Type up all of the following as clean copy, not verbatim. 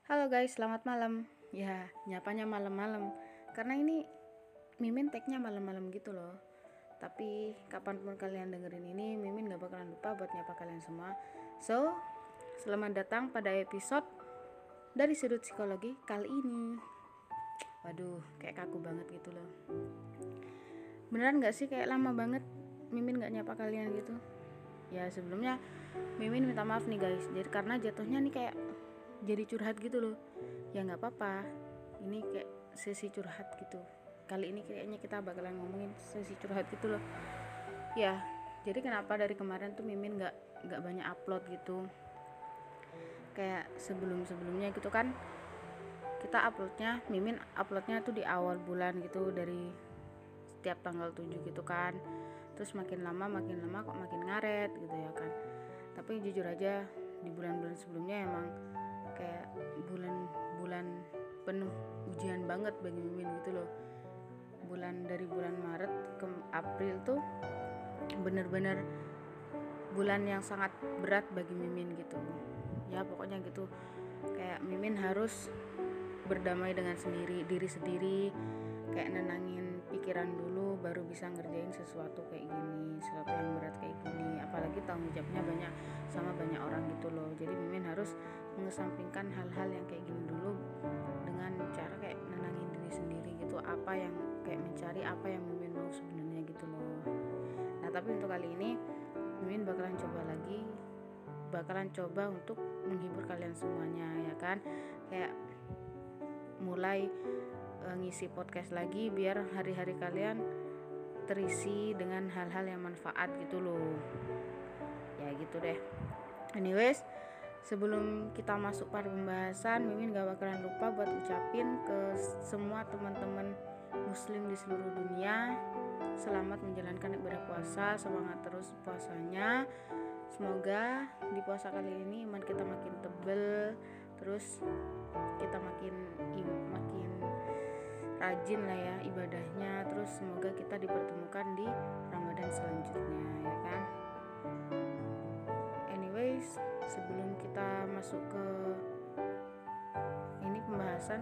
Halo guys, selamat malam. Ya, nyapanya malam-malam. Karena ini Mimin tag-nya malam-malam gitu loh. Tapi kapanpun kalian dengerin ini, Mimin gak bakalan lupa buat nyapa kalian semua. So, selamat datang pada episode dari sudut psikologi kali ini. Waduh, kayak kaku banget gitu loh. Beneran gak sih kayak lama banget Mimin gak nyapa kalian gitu? Ya sebelumnya Mimin minta maaf nih guys. Jadi karena jatuhnya nih kayak jadi curhat gitu loh. Ya nggak apa-apa, ini kayak sesi curhat gitu. Kali ini kayaknya kita bakalan ngomongin sesi curhat gitu loh. Ya, jadi kenapa dari kemarin tuh Mimin nggak banyak upload gitu. Kayak sebelumnya gitu kan, kita Mimin uploadnya tuh di awal bulan gitu, dari setiap tanggal 7 gitu kan. Terus makin lama kok makin ngaret gitu ya kan. Tapi jujur aja di bulan-bulan sebelumnya emang kayak bulan-bulan penuh ujian banget bagi Mimin gitu loh. Dari bulan Maret ke April tuh bener-bener bulan yang sangat berat bagi Mimin gitu. Ya pokoknya gitu, kayak Mimin harus berdamai dengan diri sendiri, kayak nenangin pikiran dulu baru bisa ngerjain sesuatu kayak gini, sesuatu yang berat kayak gini, apalagi tanggung jawabnya banyak orang gitu loh. Jadi Mimin harus mengesampingkan hal-hal yang kayak gini dulu dengan cara kayak nenangin diri sendiri gitu, mencari apa yang Mimin mau sebenarnya gitu loh. Nah tapi untuk kali ini Mimin bakalan coba untuk menghibur kalian semuanya ya kan, kayak mulai ngisi podcast lagi biar hari-hari kalian terisi dengan hal-hal yang manfaat gitu loh. Ya gitu deh. Anyways, sebelum kita masuk pada pembahasan, Mimin gak bakalan lupa buat ucapin ke semua teman-teman muslim di seluruh dunia, selamat menjalankan ibadah puasa, semangat terus puasanya. Semoga di puasa kali ini iman kita makin tebel, terus kita makin rajin lah ya ibadahnya, terus semoga kita dipertemukan di Ramadan selanjutnya ya kan. Anyways, sebelum kita masuk ke ini pembahasan,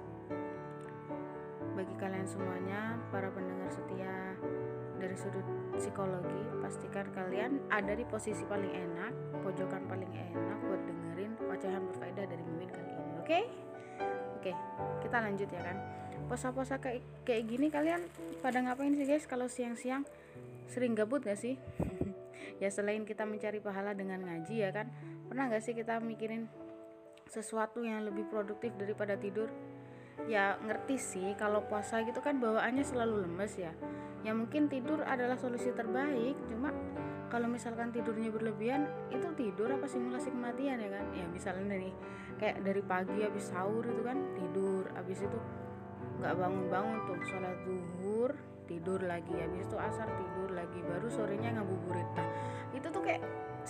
bagi kalian semuanya para pendengar setia dari sudut psikologi, pastikan kalian ada di posisi paling enak, pojokan paling enak buat dengerin ocehan berfaedah dari Mimin kali ini. Oke, kita lanjut ya kan. Puasa-puasa kayak gini kalian pada ngapain sih guys kalau siang-siang? Sering gabut gak sih? Ya selain kita mencari pahala dengan ngaji ya kan, pernah gak sih kita mikirin sesuatu yang lebih produktif daripada tidur? Ya ngerti sih kalau puasa gitu kan bawaannya selalu lemes ya. Ya mungkin tidur adalah solusi terbaik, cuma kalau misalkan tidurnya berlebihan, itu tidur apa simulasi kematian ya kan? Ya misalnya nih, kayak dari pagi habis sahur itu kan tidur, habis itu nggak bangun tuh sholat zuhur tidur lagi, habis itu asar tidur lagi, baru sorenya ngabuburit. Nah itu tuh kayak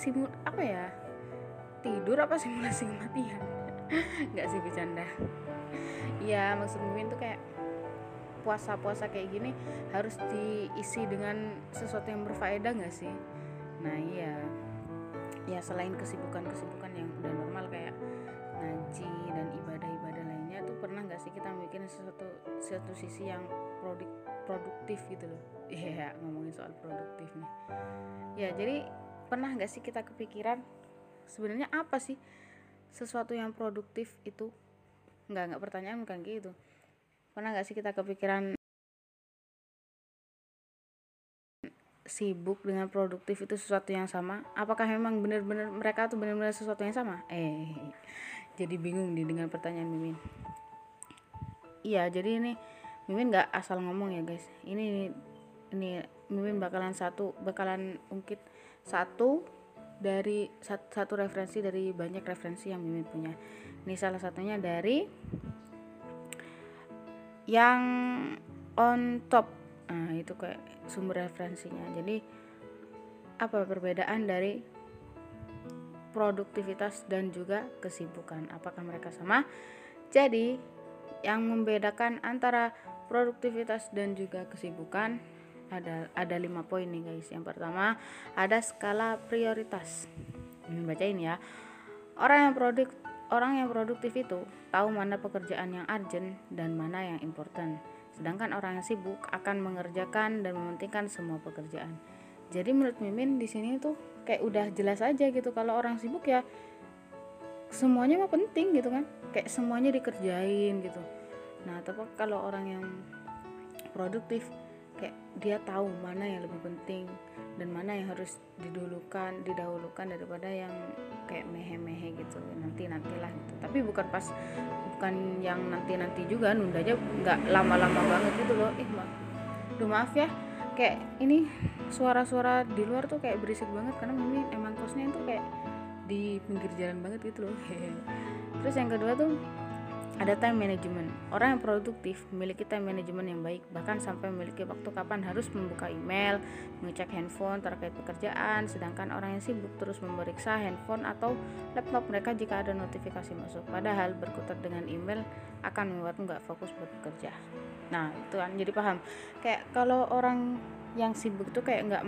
tidur apa simulasi kematian? Nggak sih, bercanda. Ya maksud Mimin tuh kayak puasa kayak gini harus diisi dengan sesuatu yang berfaedah nggak sih? Nah iya, ya selain kesibukan yang udah normal kayak ngaji dan ibadah lainnya tuh, pernah nggak sih kita bikin satu sisi yang produktif gitu loh. Iya, ngomongin soal produktif nih ya, jadi pernah nggak sih kita kepikiran sebenarnya apa sih sesuatu yang produktif itu? Nggak pertanyaan bukan gitu. Pernah nggak sih kita kepikiran sibuk dengan produktif itu sesuatu yang sama? Apakah memang benar-benar mereka tuh benar-benar sesuatu yang sama? Jadi bingung nih dengan pertanyaan Mimin. Iya, jadi ini Mimin nggak asal ngomong ya guys. Ini Mimin bakalan ungkit satu referensi dari banyak referensi yang Mimin punya. Ini salah satunya dari yang on top. Nah itu kayak sumber referensinya. Jadi apa perbedaan dari produktivitas dan juga kesibukan? Apakah mereka sama? Jadi yang membedakan antara produktivitas dan juga kesibukan ada 5 poin nih guys. Yang pertama ada skala prioritas. Ini bacain ya. Orang yang orang yang produktif itu tahu mana pekerjaan yang urgent dan mana yang important. Sedangkan orang yang sibuk akan mengerjakan dan mementingkan semua pekerjaan. Jadi menurut Mimin di sini tuh kayak udah jelas aja gitu, kalau orang sibuk ya semuanya mah penting gitu kan, kayak semuanya dikerjain gitu. Nah, tapi kalau orang yang produktif kayak dia tahu mana yang lebih penting dan mana yang harus didahulukan daripada yang kayak mehe-mehe gitu, nantilah gitu. Tapi bukan yang nanti juga, nundanya nggak lama-lama banget gitu loh. Maaf ya, kayak ini suara-suara di luar tuh kayak berisik banget karena ini emang kosnya itu kayak di pinggir jalan banget gitu loh. Terus yang kedua tuh ada time management. Orang yang produktif memiliki time management yang baik, bahkan sampai memiliki waktu kapan harus membuka email, mengecek handphone terkait pekerjaan. Sedangkan orang yang sibuk terus memeriksa handphone atau laptop mereka jika ada notifikasi masuk. Padahal berkutat dengan email akan membuat nggak fokus buat bekerja. Nah itu kan jadi paham. Kayak kalau orang yang sibuk tuh kayak nggak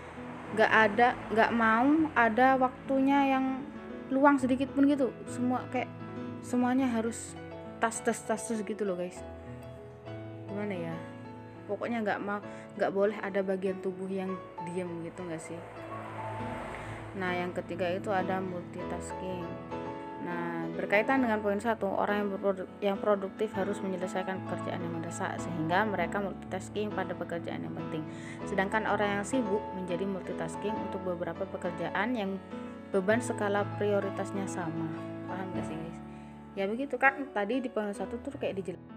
mau ada waktunya yang luang sedikit pun gitu. Semuanya harus tas gitu loh guys. Gimana ya, pokoknya nggak boleh ada bagian tubuh yang diem gitu nggak sih. Nah yang ketiga itu ada multitasking. Nah berkaitan dengan poin 1, orang yang produktif harus menyelesaikan pekerjaan yang mendesak sehingga mereka multitasking pada pekerjaan yang penting. Sedangkan orang yang sibuk menjadi multitasking untuk beberapa pekerjaan yang beban skala prioritasnya sama. Paham gak sih guys? Ya begitu kan, tadi di poin 1 tuh kayak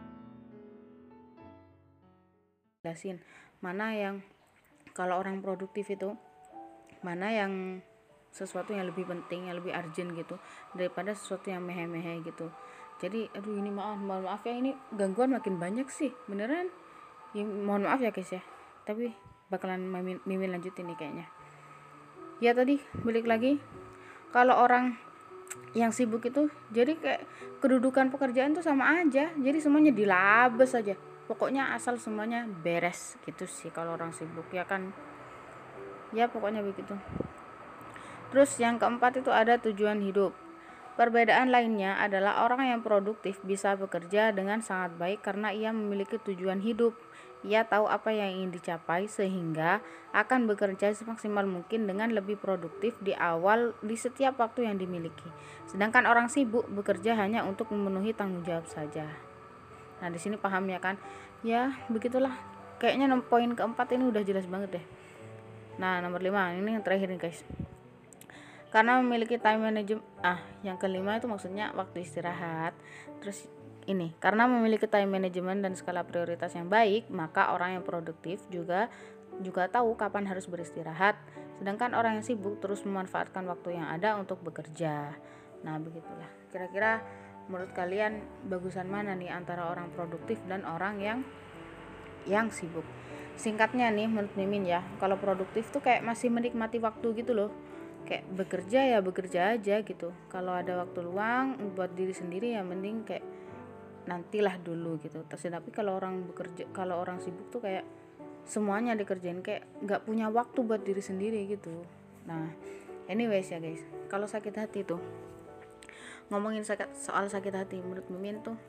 dijelasin mana yang kalau orang produktif itu mana yang sesuatu yang lebih penting, yang lebih urgent gitu daripada sesuatu yang mehe-mehe gitu. Jadi ini mohon maaf ya, ini gangguan makin banyak sih beneran ya, mohon maaf ya guys ya, tapi bakalan mimin lanjutin nih kayaknya. Ya tadi balik lagi, kalau orang yang sibuk itu jadi kayak kedudukan pekerjaan tuh sama aja, jadi semuanya dilabes aja, pokoknya asal semuanya beres gitu sih kalau orang sibuk ya kan ya, pokoknya begitu. Terus yang keempat itu ada tujuan hidup. Perbedaan lainnya adalah orang yang produktif bisa bekerja dengan sangat baik karena ia memiliki tujuan hidup. Ia tahu apa yang ingin dicapai sehingga akan bekerja semaksimal mungkin dengan lebih produktif di setiap waktu yang dimiliki. Sedangkan orang sibuk bekerja hanya untuk memenuhi tanggung jawab saja. Nah, di sini paham ya kan? Ya, begitulah. Kayaknya poin keempat ini udah jelas banget deh. Nah, nomor 5, ini yang terakhir nih guys. Karena memiliki time management, yang kelima itu maksudnya waktu istirahat. Terus ini, karena memiliki time management dan skala prioritas yang baik, maka orang yang produktif juga tahu kapan harus beristirahat. Sedangkan orang yang sibuk terus memanfaatkan waktu yang ada untuk bekerja. Nah, begitulah. Kira-kira menurut kalian bagusan mana nih antara orang produktif dan orang yang sibuk? Singkatnya nih menurut Mimin ya, kalau produktif tuh kayak masih menikmati waktu gitu loh. Kayak bekerja aja gitu. Kalau ada waktu luang buat diri sendiri ya mending kayak nantilah dulu gitu. Tapi kalau orang sibuk tuh kayak semuanya dikerjain, kayak nggak punya waktu buat diri sendiri gitu. Nah, anyways ya guys, kalau sakit hati tuh, ngomongin soal sakit hati, menurut Mimin tuh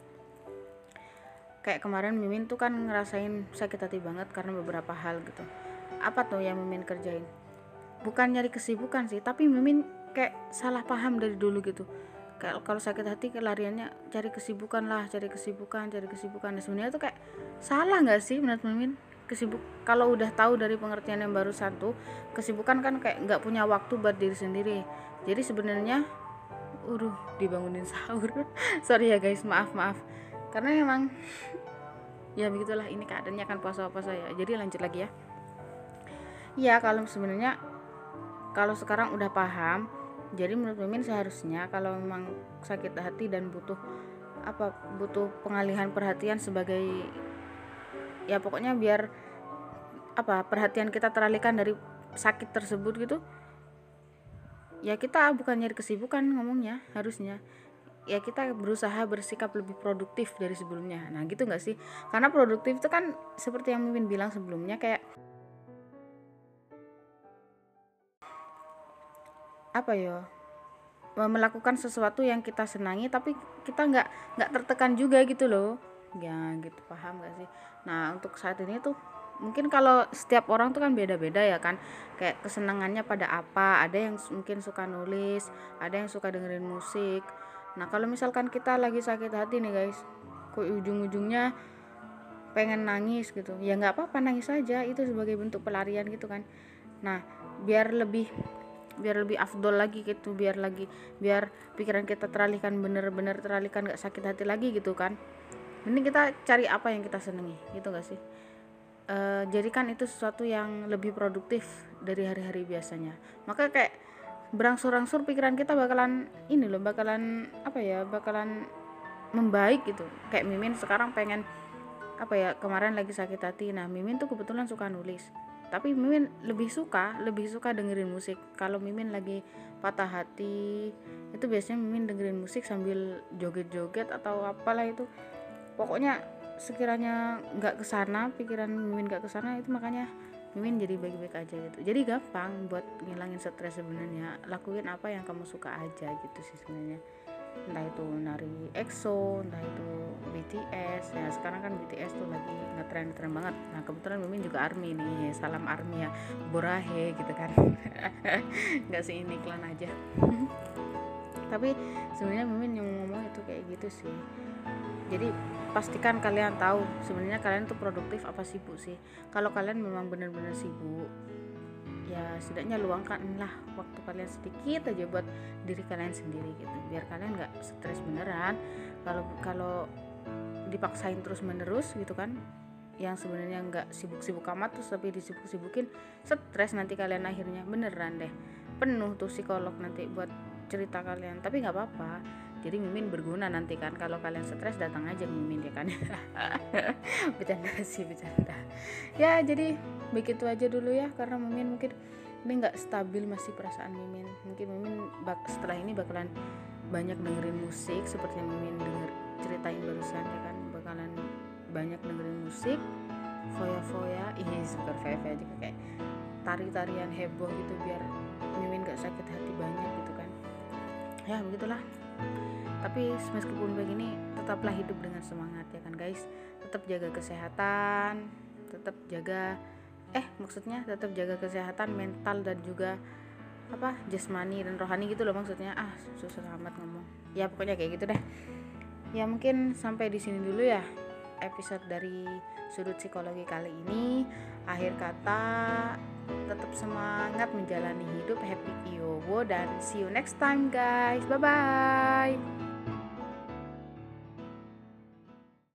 kayak kemarin Mimin tuh kan ngerasain sakit hati banget karena beberapa hal gitu. Apa tuh yang Mimin kerjain? Bukan nyari kesibukan sih, tapi Mimin kayak salah paham dari dulu gitu. Kayak kalau sakit hati kelariannya cari kesibukan. Nah, sebenarnya tuh kayak salah nggak sih menurut Mimin? Kalau udah tahu dari pengertian yang baru satu, kesibukan kan kayak nggak punya waktu buat diri sendiri. Jadi sebenarnya dibangunin sahur. Sorry ya guys, maaf karena emang ya begitulah, ini keadaannya kan puasa ya. Jadi lanjut lagi ya. Ya kalau sekarang udah paham, jadi menurut Mimin seharusnya kalau memang sakit hati dan butuh pengalihan perhatian sebagai ya pokoknya biar perhatian kita teralihkan dari sakit tersebut gitu. Ya kita bukan nyari kesibukan ngomongnya, harusnya ya kita berusaha bersikap lebih produktif dari sebelumnya. Nah gitu nggak sih? Karena produktif itu kan seperti yang Mimin bilang sebelumnya, kayak melakukan sesuatu yang kita senangi tapi kita nggak tertekan juga gitu loh ya gitu, paham gak sih? Nah untuk saat ini tuh mungkin kalau setiap orang tuh kan beda-beda ya kan, kayak kesenangannya pada apa, ada yang mungkin suka nulis, ada yang suka dengerin musik. Nah kalau misalkan kita lagi sakit hati nih guys, kok ujung-ujungnya pengen nangis gitu, ya nggak apa-apa, nangis aja, itu sebagai bentuk pelarian gitu kan. Nah biar lebih afdol lagi gitu, biar pikiran kita teralihkan, bener-bener teralihkan, nggak sakit hati lagi gitu kan, mending kita cari apa yang kita senengi gitu gak sih. Jadikan itu sesuatu yang lebih produktif dari hari-hari biasanya, maka kayak berangsur-angsur pikiran kita bakalan ini loh, bakalan apa ya, bakalan membaik gitu. Kayak Mimin sekarang pengen apa ya, kemarin lagi sakit hati. Nah Mimin tuh kebetulan suka nulis, tapi Mimin lebih suka dengerin musik. Kalau Mimin lagi patah hati itu biasanya Mimin dengerin musik sambil joget-joget atau apalah itu, pokoknya sekiranya nggak kesana, pikiran Mimin nggak kesana, itu makanya Mimin jadi baik-baik aja gitu. Jadi gampang buat ngilangin stres sebenarnya, lakuin apa yang kamu suka aja gitu sih sebenarnya, entah itu nari EXO, entah itu BTS. Ya sekarang kan BTS tuh lagi ngetren banget. Nah kebetulan Mimin juga ARMY nih, salam ARMY ya, Borahe gitu kan. Nggak sih, ini iklan aja. Tapi sebenarnya Mimin yang ngomong itu kayak gitu sih. Jadi pastikan kalian tahu sebenarnya kalian tuh produktif apa sibuk sih. Kalau kalian memang benar-benar sibuk, ya setidaknya luangkanlah waktu kalian sedikit aja buat diri kalian sendiri gitu, biar kalian nggak stres beneran. Kalau dipaksain terus menerus gitu kan, yang sebenarnya nggak sibuk-sibuk amat terus tapi disibuk-sibukin, stres nanti kalian akhirnya, beneran deh, penuh tuh psikolog nanti buat cerita kalian. Tapi nggak apa-apa, jadi Mimin berguna nanti kan, kalau kalian stres datang aja ke Mimin ya kan. Bercanda sih, bercanda ya. Jadi begitu aja dulu ya, karena Mimin mungkin ini nggak stabil masih perasaan Mimin. Mungkin Mimin setelah ini bakalan banyak dengerin musik seperti yang Mimin denger ceritain barusan ya kan, bakalan banyak dengerin musik, foya-foya, bukan foya-foya juga, kayak tari-tarian heboh gitu, biar Mimin gak sakit hati banyak gitu kan. Ya begitulah. Tapi meskipun begini, tetaplah hidup dengan semangat ya kan guys. Tetap jaga kesehatan, tetap jaga tetap jaga kesehatan mental dan juga jasmani dan rohani gitu loh maksudnya. Susah amat ngomong. Ya pokoknya kayak gitu deh. Ya mungkin sampai di sini dulu ya episode dari Sudut Psikologi kali ini. Akhir kata, tetap semangat menjalani hidup, happy Iyowo, dan see you next time guys. Bye bye.